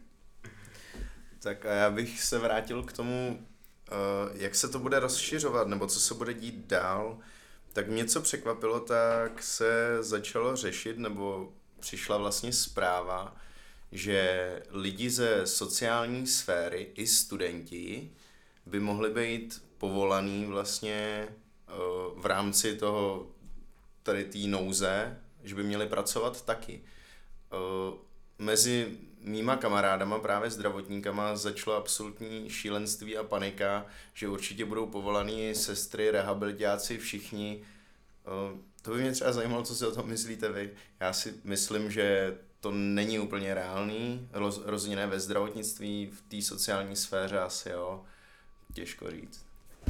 Tak a já bych se vrátil k tomu, jak se to bude rozšiřovat, nebo co se bude dít dál. Tak mě co překvapilo, tak se začalo řešit, nebo přišla vlastně zpráva, že lidi ze sociální sféry i studenti by mohli být povolaný vlastně v rámci toho tady té nouze, že by měli pracovat taky. Mezi mýma kamarádama, právě zdravotníkama, začalo absolutní šílenství a panika, že určitě budou povolaný sestry, rehabilitáci, všichni. To by mě třeba zajímalo, co si o tom myslíte vy. Já si myslím, že to není úplně reálný, rozhodně ne ve zdravotnictví, v té sociální sféře asi jo, těžko říct.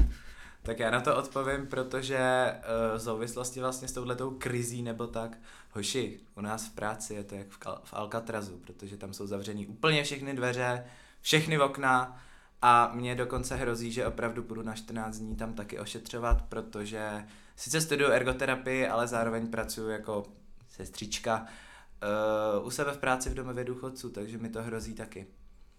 Tak já na to odpovím, protože v souvislosti vlastně s touhletou krizí nebo tak, hoši, u nás v práci je to jak v Alcatrazu, protože tam jsou zavřený úplně všechny dveře, všechny okna a mně dokonce hrozí, že opravdu půjdu na 14 dní tam taky ošetřovat, protože sice studuju ergoterapii, ale zároveň pracuji jako sestřička u sebe v práci v domově důchodců, takže mi to hrozí taky.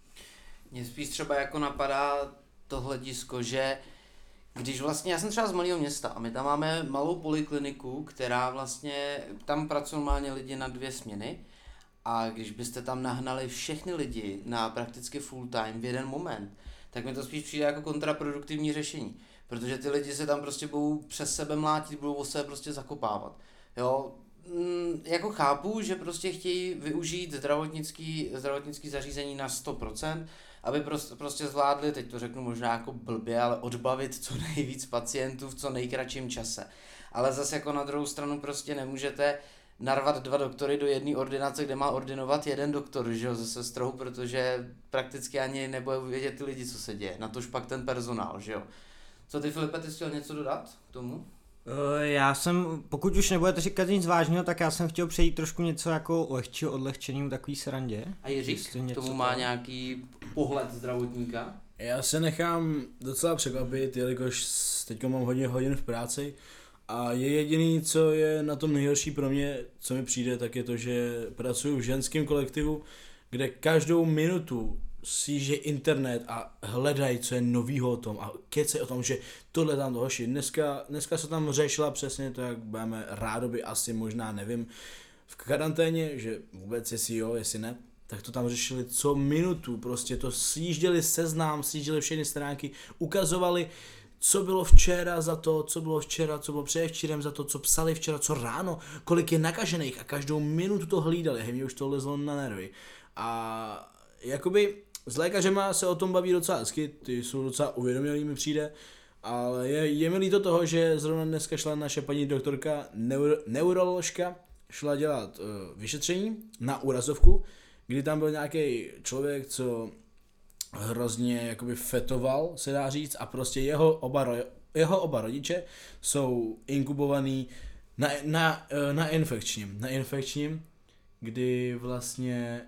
Mně spíš třeba jako napadá to hledisko, že když vlastně, já jsem třeba z malého města a my tam máme malou polikliniku, která vlastně, tam pracují normálně lidi na 2 směny a když byste tam nahnali všechny lidi na prakticky full time v jeden moment, tak mi to spíš přijde jako kontraproduktivní řešení, protože ty lidi se tam prostě budou přes sebe mlátit, budou o sebe prostě zakopávat, jo. Jako chápu, že prostě chtějí využít zdravotnický zařízení na 100%, aby prostě zvládli, teď to řeknu možná jako blbě, ale odbavit co nejvíc pacientů v co nejkratším čase. Ale zase jako na druhou stranu prostě nemůžete narvat 2 doktory do jedné ordinace, kde má ordinovat 1 doktor, že jo, se sestrou, protože prakticky ani nebudou vědět ty lidi, co se děje, natož pak ten personál, že jo. Co ty, Filipe, ty jsi chtěl něco dodat k tomu? Já jsem, pokud už nebudete říkat nic vážného, tak já jsem chtěl přejít trošku něco jako lehčího odlehčením takový srandě. A Jiřík k tomu má nějaký pohled zdravotníka? Já se nechám docela překvapit, jelikož teď mám hodně hodin v práci a je jediný, co je na tom nejhorší pro mě, co mi přijde, tak je to, že pracuji v ženském kolektivu, kde každou minutu sjíždějí internet a hledají, co je novýho o tom a kecej o tom, že tohle tam to hoši. Dneska se tam řešila přesně to, jak budeme rádoby asi možná, nevím, v karanténě, že vůbec jestli jo, jestli ne, tak to tam řešili co minutu, prostě to sjížděli seznam, sjížděli všechny stránky, ukazovali, co bylo včera za to, co bylo včera, co bylo předevčírem za to, co psali včera, co ráno, kolik je nakažených a každou minutu to hlídali, hej, mě už to lezlo na nervy. A jakoby s lékařema se o tom baví docela hezky, ty jsou docela uvědomělý, mi přijde, ale je mi líto toho, že zrovna dneska šla naše paní doktorka, neuroložka, šla dělat vyšetření na úrazovku, kdy tam byl nějaký člověk, co hrozně jakoby fetoval, se dá říct, a prostě jeho oba rodiče jsou inkubovaný na infekčním, kdy vlastně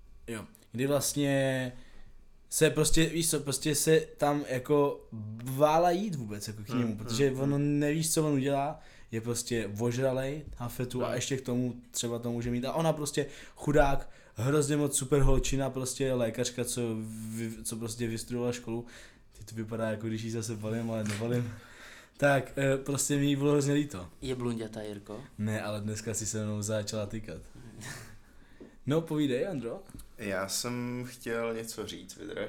se prostě, víš co, prostě se tam jako vála jít vůbec jako k němu, protože ono nevíš, co on udělá, je prostě ožralej, hafetu a ještě k tomu třeba to může mít a ona prostě chudák, hrozně moc super holčina, prostě lékařka, co prostě vystudovala školu, teď to vypadá jako když jí zase valím, ale nevalím, tak prostě mi jí bylo hrozně líto. Je blondětá, Jirko? Ne, ale dneska si se mnou začala týkat. No povídej, Andro. Já jsem chtěl něco říct, vydrž.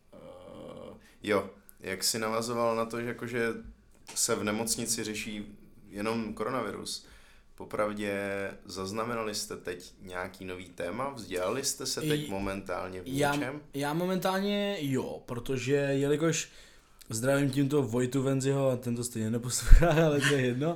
Jo, jak jsi navazoval na to, že jakože se v nemocnici řeší jenom koronavirus. Popravdě zaznamenali jste teď nějaký nový téma? Vzdělali jste se teď momentálně v něčem? Já momentálně jo, protože jelikož zdravím tímto Vojtu Venziho, a ten to stejně neposlouchá, ale to je jedno.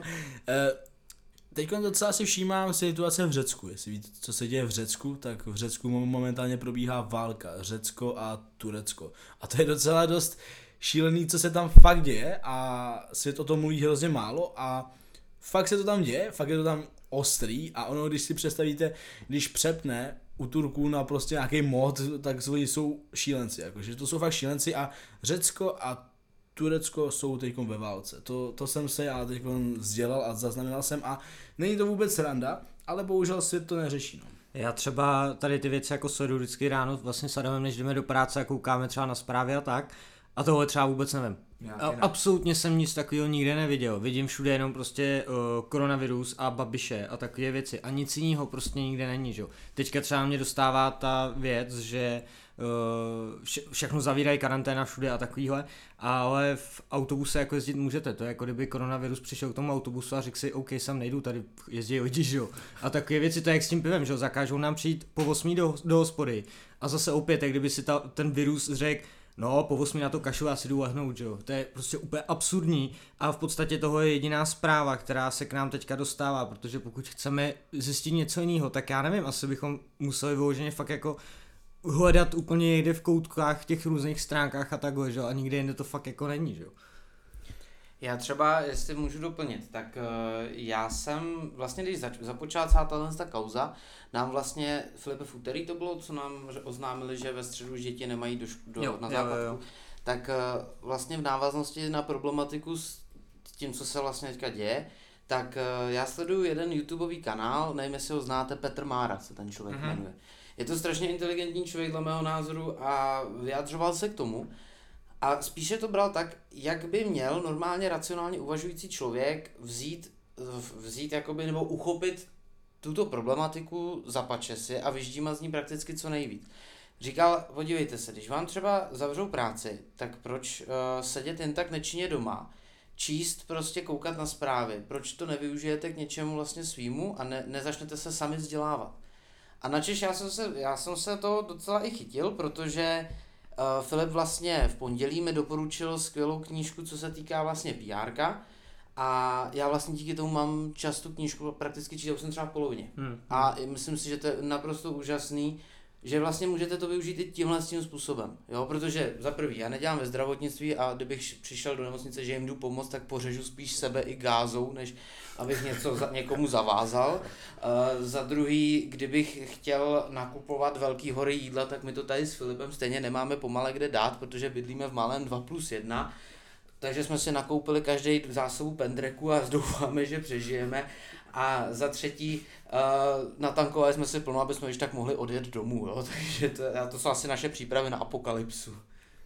Teď docela si všímám situace v Řecku. Jestli víte, co se děje v Řecku, tak v Řecku momentálně probíhá válka. Řecko a Turecko. A to je docela dost šílený, co se tam fakt děje a svět o tom mluví hrozně málo a fakt se to tam děje, fakt je to tam ostrý a ono, když si představíte, když přepne u Turků na prostě nějaký mod, tak jsou šílenci, jakože to jsou fakt šílenci a Řecko a Turecko jsou teď ve válce. To jsem se já teď vzdělal a zaznamenal jsem a není to vůbec sranda, ale bohužel svět to neřeší. No. Já třeba tady ty věci jako sleduju vždycky ráno vlastně s Adamem, než jdeme do práce a koukáme třeba na zprávy a tak. A tohle třeba vůbec nevím. Absolutně jsem nic takového nikde neviděl. Vidím všude jenom prostě koronavirus a Babiše a takové věci. A nic jiného prostě nikde není, že? Teďka třeba mě dostává ta věc, že všechno zavírají, karanténa všude a takovýhle, ale v autobuse jako jezdit můžete, to je jako kdyby koronavirus přišel k tomu autobusu a řekl si, OK, sem nejdu, tady jezdí lidi, že jo. A takové věci, to je jak s tím pivem, že jo, zakážou nám přijít po 8 do hospody a zase opět, jak kdyby si ten virus řekl, no, po 8 na to kašlu a si jdu lehnout, že jo. To je prostě úplně absurdní a v podstatě toho je jediná zpráva, která se k nám teďka dostává, protože pokud chceme zjistit něco jiného, tak já nevím, asi bychom museli vyloženě fakt jako hledat úplně někde v koutkách těch různých stránkách a takhle, že jo, a nikde jinde to fakt jako není, že jo. Já třeba, jestli můžu doplnit, tak já jsem vlastně, když započala celá ta kauza, nám vlastně, Filipe, v úterý to bylo, co nám oznámili, že ve středu už děti nemají na základku, tak vlastně v návaznosti na problematiku s tím, co se vlastně teďka děje, tak já sleduju jeden YouTubeový kanál, nevím, jestli ho znáte, Petr Mára se ten člověk jmenuje. Je to strašně inteligentní člověk dle mého názoru a vyjadřoval se k tomu. A spíše to bral tak, jak by měl normálně racionálně uvažující člověk vzít jakoby, nebo uchopit tuto problematiku za pačesy a vyždímat z ní prakticky co nejvíc. Říkal, podívejte se, když vám třeba zavřou práci, tak proč sedět jen tak nečinně doma, číst, prostě koukat na zprávy, proč to nevyužijete k něčemu vlastně svýmu a nezačnete se sami vzdělávat. A načež já jsem se to docela i chytil, protože Filip vlastně v pondělí mi doporučil skvělou knížku, co se týká vlastně PRka a já vlastně díky tomu mám čas tu knížku prakticky čítat, už jsem třeba v polovině. A myslím si, že to je naprosto úžasný, že vlastně můžete to využít i tímhle způsobem, jo, protože za prvý, já nedělám ve zdravotnictví a kdybych přišel do nemocnice, že jim jdu pomoct, tak pořežu spíš sebe i gázou, než abych někomu zavázal. Za druhý, kdybych chtěl nakupovat velký hory jídla, tak my to tady s Filipem stejně nemáme pomale kde dát, protože bydlíme v malém 2+1, takže jsme si nakoupili každý zásobu pendreku a doufáme, že přežijeme. A za třetí, natankovali jsme si plno, aby jsme již tak mohli odjet domů, jo? Takže to jsou asi naše přípravy na apokalypsu.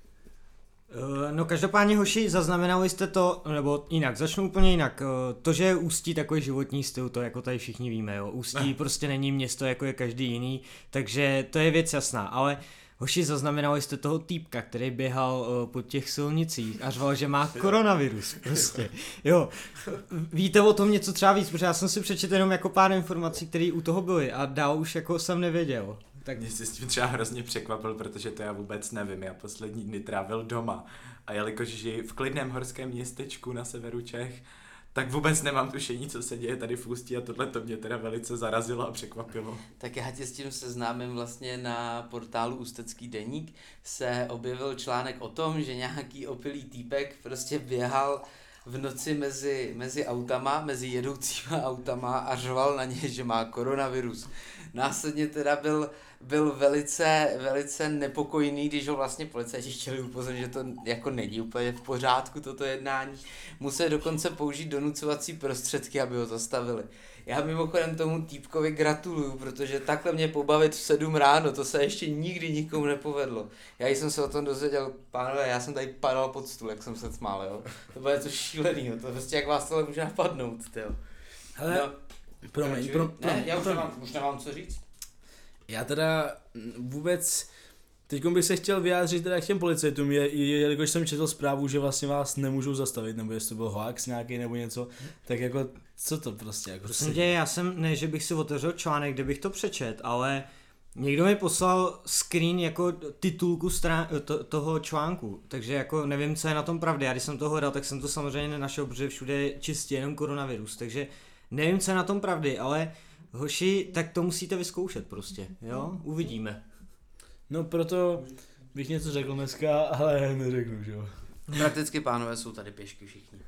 No každopádně hoši, zaznamenali jste to, nebo jinak, začnu úplně jinak, to, že Ústí takový životní styl, to jako tady všichni víme, jo, Ústí prostě není město jako je každý jiný, takže to je věc jasná, ale hoši, zaznamenali jste toho týpka, který běhal po těch silnicích a řval, že má koronavirus, prostě, jo, víte o tom něco třeba víc, protože já jsem si přečetl jenom jako pár informací, které u toho byly a dál už jako jsem nevěděl. Tak mě si s tím třeba hrozně překvapil, protože to já vůbec nevím, já poslední dny trávil doma a jelikož žiji v klidném horském městečku na severu Čech, tak vůbec nemám tušení, co se děje tady v Ústí a tohle to mě teda velice zarazilo a překvapilo. Tak já tě s tím seznámím vlastně na portálu Ústecký deník se objevil článek o tom, že nějaký opilý týpek prostě běhal v noci mezi autama, mezi jedoucíma autama a řval na ně, že má koronavirus. Následně teda byl velice nepokojný, když ho vlastně policajti chtěli upozornit, že to jako není úplně v pořádku toto jednání. Museli dokonce použít donucovací prostředky, aby ho zastavili. Já mimochodem tomu týpkovi gratuluju, protože takhle mě pobavit v 7 ráno, to se ještě nikdy nikomu nepovedlo. Já jsem se o tom dozvěděl, pánové, já jsem tady padal pod stůl, jak jsem se smál, jo. To bylo něco šílenýho, to prostě jak vás tohle může napadnout, tyjo. Hele, No. promiň. Já už nemám co říct. Já teda vůbec, teď bych se chtěl vyjádřit teda k těm policajtům, jelikož jsem četl zprávu, že vlastně vás nemůžou zastavit, nebo jestli to byl hoax nějaký nebo něco, tak jako, co to prostě jako Prosím tě, já jsem, ne, že bych si otevřel článek, kde bych to přečet, ale někdo mi poslal screen jako titulku toho článku, takže jako nevím, co je na tom pravdy. Já když jsem to hledal, tak jsem to samozřejmě nenašel, protože všude je čistě jenom koronavirus, takže nevím, co je na tom pravdy, ale hoši, tak to musíte vyzkoušet prostě, jo, uvidíme. No proto bych něco řekl dneska, ale neřeknu, že jo. Prakticky pánové jsou tady pěšky všichni.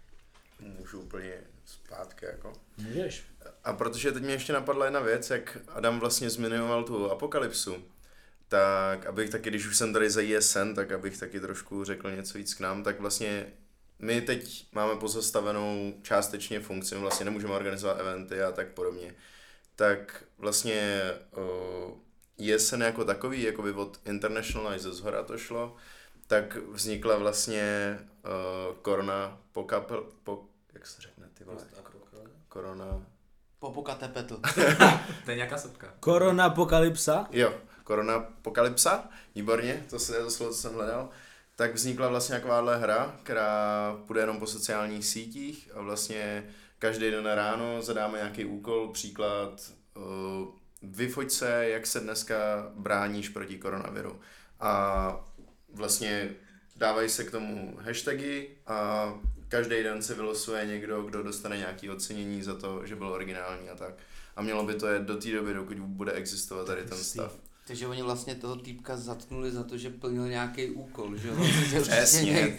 Můžu úplně zpátky jako. Můžeš. A protože teď mě ještě napadla jedna věc, jak Adam vlastně zmiňoval tu apokalypsu, tak abych taky, když už jsem tady za ISN, tak abych taky trošku řekl něco víc k nám, tak vlastně my teď máme pozastavenou částečně funkci, my vlastně nemůžeme organizovat eventy a tak podobně. Tak vlastně ISN jako takový, jakoby od Internationalize ze zhora to šlo, tak vznikla vlastně jak se řekne, ty vole? Korona... Popokatepetl. To je nějaká sopka. Koronapokalypsa? Jo, koronapokalypsa, výborně, to slovo, co jsem hledal. Tak vznikla vlastně takováhle hra, která půjde jenom po sociálních sítích a vlastně každý den ráno zadáme nějaký úkol, příklad, vyfoť se, jak se dneska bráníš proti koronaviru. A vlastně dávají se k tomu hashtagy a každý den se vylosuje někdo, kdo dostane nějaké ocenění za to, že byl originální a tak. A mělo by to jet do té doby, dokud bude existovat tady ten stav. Takže oni vlastně toho týpka zatknuli za to, že plnil nějaký úkol, že jo? Přesně.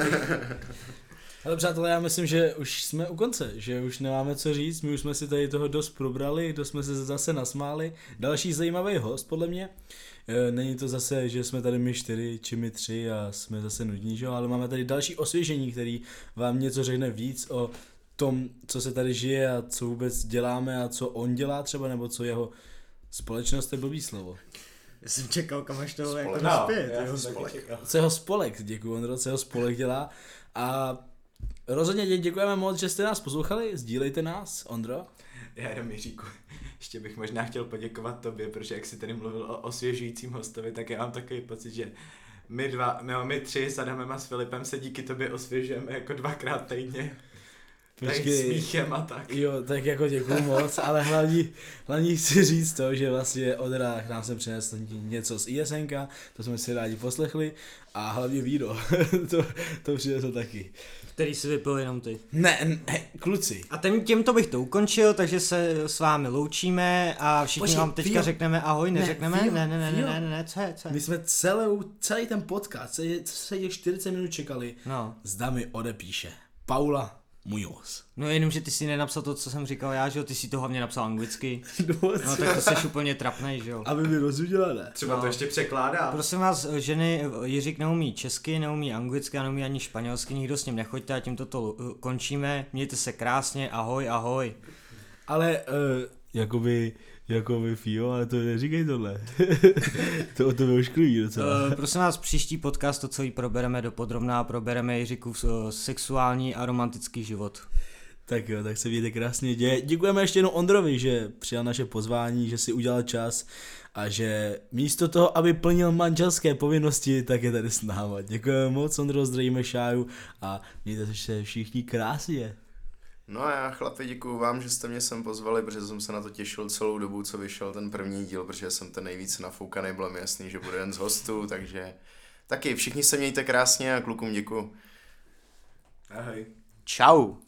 Ale přátelé, já myslím, že už jsme u konce, že už nemáme co říct, my už jsme si tady toho dost probrali, dost jsme se zase nasmáli. Další zajímavý host, podle mě. Není to zase, že jsme tady my 4 či my 3 a jsme zase nudní, že jo? Ale máme tady další osvěžení, který vám něco řekne víc o tom, co se tady žije a co vůbec děláme a co on dělá třeba, nebo co jeho společnost je blbý slovo. Já jsem čekal, kam až to jako Spolek. dospět, já jo. jsem taky čekal. Co jeho spolek, děkuji Ondro, co jeho spolek dělá. A rozhodně děkujeme moc, že jste nás poslouchali, sdílejte nás, Ondro. Já jenom Jiříku, ještě bych možná chtěl poděkovat tobě, protože jak jsi tady mluvil o osvěžujícím hostovi, tak já mám takový pocit, že my 3 s Adamem a s Filipem se díky tobě osvěžujeme jako 2krát týdně. Tady smíchem a tak. Jo, tak jako děkuju moc, ale hlavní chci říct to, že vlastně Ondra nám se přinesl něco z ISNka, to jsme si rádi poslechli a hlavně víno, to přinesl taky. Který si vypil jenom ty. Ne, kluci. A tímto bych to ukončil, takže se s vámi loučíme a všichni Počkej, vám teďka Fio. řekneme ahoj, neřekneme? Fio, Ne, co je? My jsme celý ten podcast, celý těch 40 minut čekali, No. zda mi odepíše Paula Muñoz. No jenom, že ty si nenapsal to, co jsem říkal já, že jo, ty si to hlavně napsal anglicky. No, No tak to seš úplně trapnej, že jo. aby mi rozuměla, ne? Třeba No. to ještě překládá. Prosím vás, ženy, Jiřík neumí česky, neumí anglicky a neumí ani španělsky, nikdo s ním nechoďte a tímto to končíme. Mějte se krásně, ahoj, ahoj. Ale jakoby Fio, ale to neříkej tohle. To o tebe už kliví docela. Prosím vás, příští podcast to celý probereme dopodrobná a probereme Jiříkův sexuální a romantický život. Tak jo, tak se mějte krásně. Děkujeme ještě jednou Ondrovi, že přijal naše pozvání, že si udělal čas a že místo toho, aby plnil manželské povinnosti, tak je tady s náma. Děkujeme moc, Ondro, zdravíme Šáju a mějte se všichni krásně. No a já chlapi děkuju vám, že jste mě sem pozvali, protože jsem se na to těšil celou dobu, co vyšel ten první díl, protože jsem ten nejvíc nafoukaný, bylo mi jasný, že bude jen z hostů, takže taky všichni se mějte krásně a klukům děkuju. Ahoj. Čau.